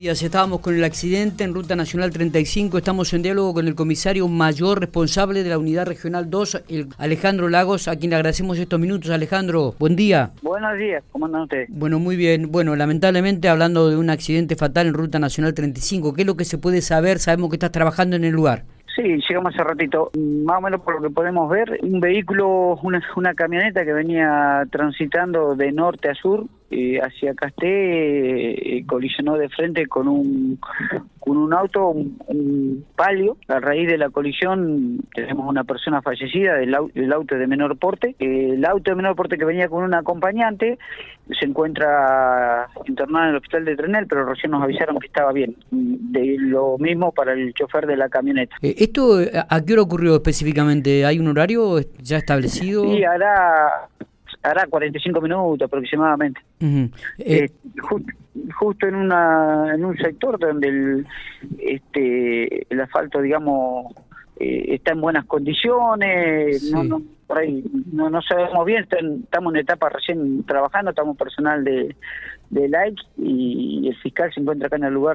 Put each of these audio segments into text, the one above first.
Y así estábamos con el accidente en Ruta Nacional 35, estamos en diálogo con el comisario mayor responsable de la Unidad Regional 2, el Alejandro Lagos, a quien le agradecemos estos minutos. Alejandro, buen día. Buenos días, ¿cómo andan ustedes? Bueno, muy bien. Bueno, lamentablemente hablando de un accidente fatal en Ruta Nacional 35, ¿qué es lo que se puede saber? Sabemos que estás trabajando en el lugar. Sí, llegamos hace ratito. Más o menos por lo que podemos ver, un vehículo, una camioneta que venía transitando de norte a sur hacia Casté, colisionó de frente con un auto, un Palio. A raíz de la colisión tenemos una persona fallecida del auto de menor porte. El auto de menor porte que venía con un acompañante se encuentra internado en el hospital de Trenel, pero recién nos avisaron que estaba bien. De lo mismo para el chofer de la camioneta. ¿Esto a qué hora ocurrió específicamente? ¿Hay un horario ya establecido? Sí, hará 45 minutos aproximadamente. Uh-huh. Justo en un sector donde el asfalto, digamos, está en buenas condiciones. Sí. Por ahí no sabemos bien, estamos en etapa recién trabajando, estamos personal de like y el fiscal se encuentra acá en el lugar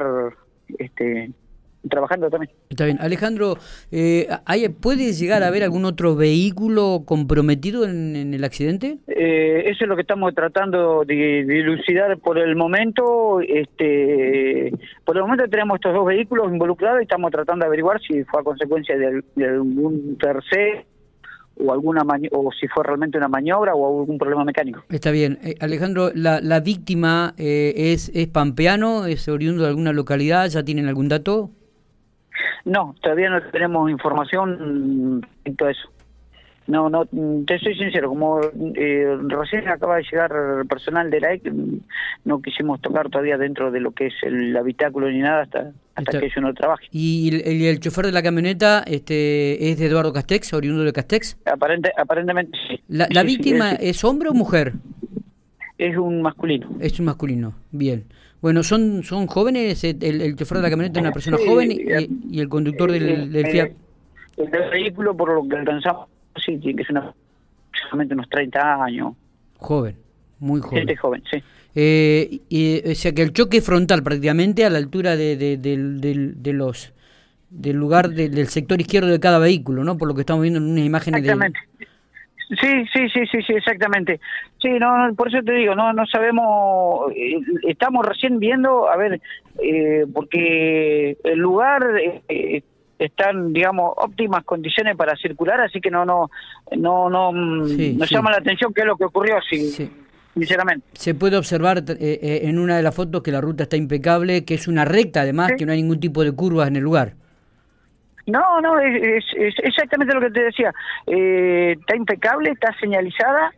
trabajando también. Está bien. Alejandro, ¿puede llegar a haber algún otro vehículo comprometido en el accidente? Eso es lo que estamos tratando de dilucidar por el momento. Por el momento tenemos estos dos vehículos involucrados y estamos tratando de averiguar si fue a consecuencia de algún tercero o o si fue realmente una maniobra o algún problema mecánico. Está bien. Alejandro, ¿la víctima es pampeano, es oriundo de alguna localidad? ¿Ya tienen algún dato? No, todavía no tenemos información respecto a eso. No, te soy sincero, como recién acaba de llegar personal de la EC, no quisimos tocar todavía dentro de lo que es el habitáculo ni nada hasta que ellos no trabaje. ¿Y el chofer de la camioneta es de Eduardo Castex, oriundo de Castex? Aparentemente sí. ¿La víctima es hombre o mujer? Es un masculino. Es un masculino, bien. Bueno, ¿son jóvenes? ¿El chofer de la camioneta es una persona joven y el conductor del Fiat? El vehículo, por lo que alcanzamos, sí, tiene que ser aproximadamente unos 30 años. Joven, muy joven. Gente joven, sí. O sea que el choque frontal prácticamente a la altura del lugar del sector izquierdo de cada vehículo, ¿no? Por lo que estamos viendo en unas imágenes. Exactamente. Sí, exactamente. Sí, no, por eso te digo, no sabemos, estamos recién viendo, a ver, porque el lugar están, digamos, óptimas condiciones para circular, así que nos llama la atención qué es lo que ocurrió, sinceramente. Se puede observar en una de las fotos que la ruta está impecable, que es una recta además, que no hay ningún tipo de curvas en el lugar. No, es exactamente lo que te decía. Está impecable, está señalizada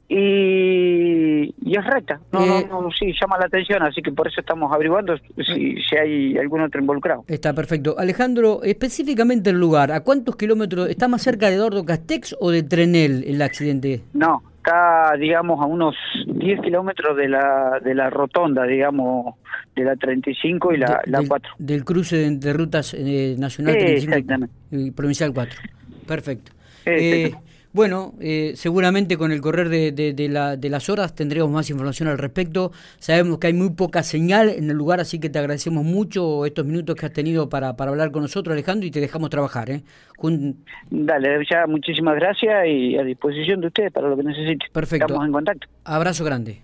y es recta. Sí, llama la atención, así que por eso estamos averiguando si hay algún otro involucrado. Está perfecto. Alejandro, específicamente el lugar, ¿a cuántos kilómetros? ¿Está más cerca de Eduardo Castex o de Trenel el accidente? No, está, digamos, a unos 10 kilómetros de la rotonda, digamos, de la 35 y la 4. Del cruce de rutas nacional 35 y provincial 4. Perfecto. Bueno, seguramente con el correr de las horas tendremos más información al respecto. Sabemos que hay muy poca señal en el lugar, así que te agradecemos mucho estos minutos que has tenido para hablar con nosotros, Alejandro, y te dejamos trabajar. Dale, ya muchísimas gracias y a disposición de ustedes para lo que necesiten. Perfecto. Estamos en contacto. Abrazo grande.